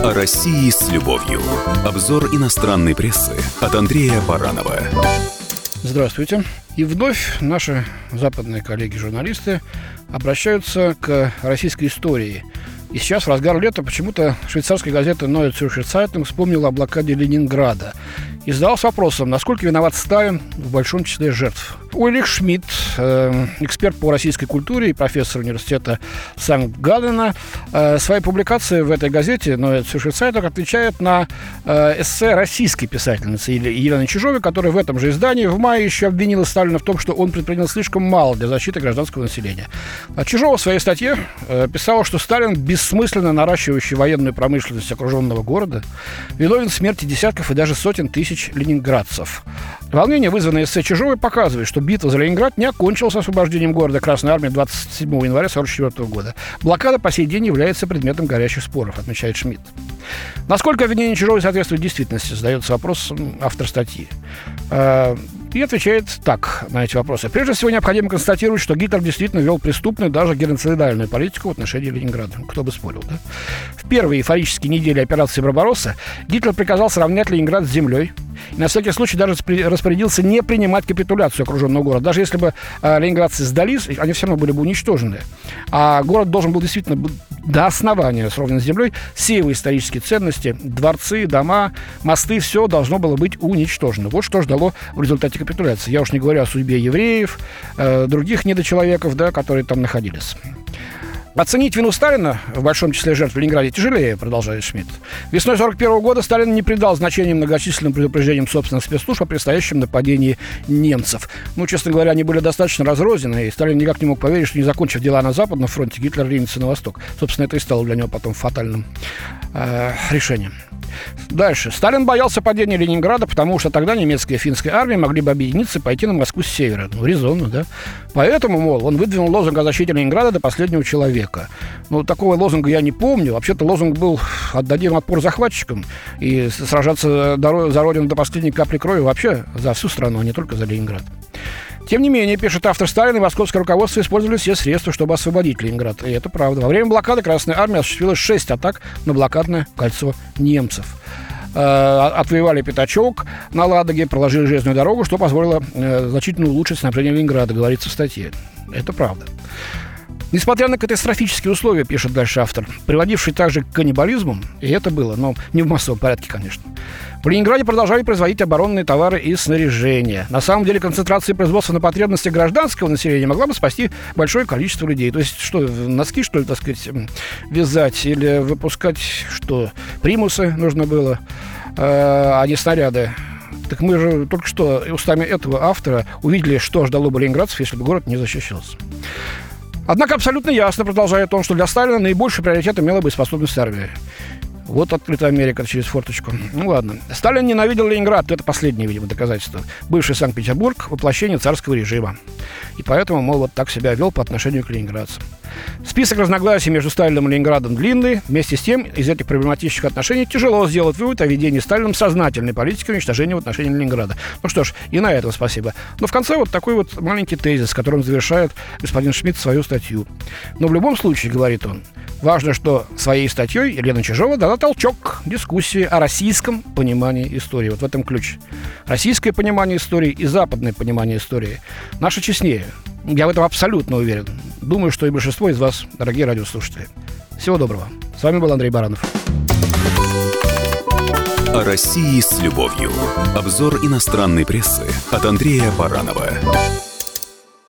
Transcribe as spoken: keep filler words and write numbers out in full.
О России с любовью. Обзор иностранной прессы от Андрея Баранова. Здравствуйте. И вновь наши западные коллеги-журналисты обращаются к российской истории. И сейчас, в разгар лета, почему-то швейцарская газета Neue Zürcher Zeitung вспомнила о блокаде Ленинграда и задалась вопросом, насколько виноват Сталин в большом числе жертв. Ульрих Шмидт, э, эксперт по российской культуре и профессор университета Санкт-Галлена, э, своей публикации в этой газете Neue Zürcher Zeitung отвечает на э, эссе российской писательницы Елены Чижовой, которая в этом же издании в мае еще обвинила Сталина в том, что он предпринял слишком мало для защиты гражданского населения. А Чижова в своей статье э, писала, что Сталин, бессмысленно наращивающий военную промышленность окруженного города, виновен в смерти десятков и даже сотен тысяч ленинградцев. Волнение, вызванное эссе Чижовой, показывает, что битва за Ленинград не окончилась освобождением города Красной Армии двадцать седьмого января тысяча девятьсот сорок четвёртого года. Блокада по сей день является предметом горячих споров, отмечает Шмидт. Насколько обвинение Чижовой соответствует действительности, задается вопрос автор статьи. И отвечает так на эти вопросы. Прежде всего, необходимо констатировать, что Гитлер действительно вел преступную, даже геноцидальную политику в отношении Ленинграда. Кто бы спорил, да? В первые эйфорические недели операции «Барбаросса» Гитлер приказал сравнять Ленинград с землей. И на всякий случай даже распорядился не принимать капитуляцию окруженного города. Даже если бы э, ленинградцы сдались, они все равно были бы уничтожены. А город должен был действительно до основания сровнен с землей. Все его исторические ценности, дворцы, дома, мосты, все должно было быть уничтожено. Вот что ждало в результате капитуляции. Я уж не говорю о судьбе евреев, э, других недочеловеков, да, которые там находились. Оценить вину Сталина в большом числе жертв в Ленинграде тяжелее, продолжает Шмидт. Весной сорок первого года Сталин не придал значения многочисленным предупреждениям собственных спецслужб о предстоящем нападении немцев. Ну, честно говоря, они были достаточно разрознены, и Сталин никак не мог поверить, что, не закончив дела на Западном фронте, Гитлер ринется на восток. Собственно, это и стало для него потом фатальным э, решением. Дальше. Сталин боялся падения Ленинграда, потому что тогда немецкая и финская армии могли бы объединиться и пойти на Москву с севера. Ну, резонно, да? Поэтому, мол, он выдвинул лозунг о защите Ленинграда до последнего человека. Ну, такого лозунга я не помню. Вообще-то лозунг был «Отдадим отпор захватчикам». И сражаться за родину до последней капли крови вообще за всю страну, а не только за Ленинград. Тем не менее, пишет автор, Сталин и московское руководство использовали все средства, чтобы освободить Ленинград. И это правда. Во время блокады Красная Армия осуществила шесть атак на блокадное кольцо немцев. Э, отвоевали Пятачок на Ладоге, проложили железную дорогу, что позволило э, значительно улучшить снабжение Ленинграда, говорится в статье. Это правда. Несмотря на катастрофические условия, пишет дальше автор, приводившие также к каннибализму, и это было, но не в массовом порядке, конечно, в Ленинграде продолжали производить оборонные товары и снаряжение. На самом деле концентрация производства на потребности гражданского населения могла бы спасти большое количество людей. То есть что, носки, что ли, так сказать, вязать или выпускать, что, примусы нужно было, э, а не снаряды. Так мы же только что устами этого автора увидели, что ждало бы ленинградцев, если бы город не защищался. Однако абсолютно ясно, продолжает он, что для Сталина наибольший приоритет имела бы способность армии. Вот открыта Америка через форточку. Ну ладно. Сталин ненавидел Ленинград. Это последнее, видимо, доказательство. Бывший Санкт-Петербург – воплощение царского режима. И поэтому, мол, вот так себя вел по отношению к ленинградцам. Список разногласий между Сталином и Ленинградом длинный. Вместе с тем, из этих проблематических отношений тяжело сделать вывод о ведении Сталином сознательной политики уничтожения в отношении Ленинграда. Ну что ж, и на этом спасибо. Но в конце вот такой вот маленький тезис, которым завершает господин Шмидт свою статью. Но в любом случае, говорит он, важно, что своей статьей Елена Чижова дала толчок дискуссии о российском понимании истории. Вот в этом ключ. Российское понимание истории и западное понимание истории наше честнее. Я в этом абсолютно уверен. Думаю, что и большинство из вас, дорогие радиослушатели. Всего доброго. С вами был Андрей Баранов. О России с любовью. Обзор иностранной прессы от Андрея Баранова.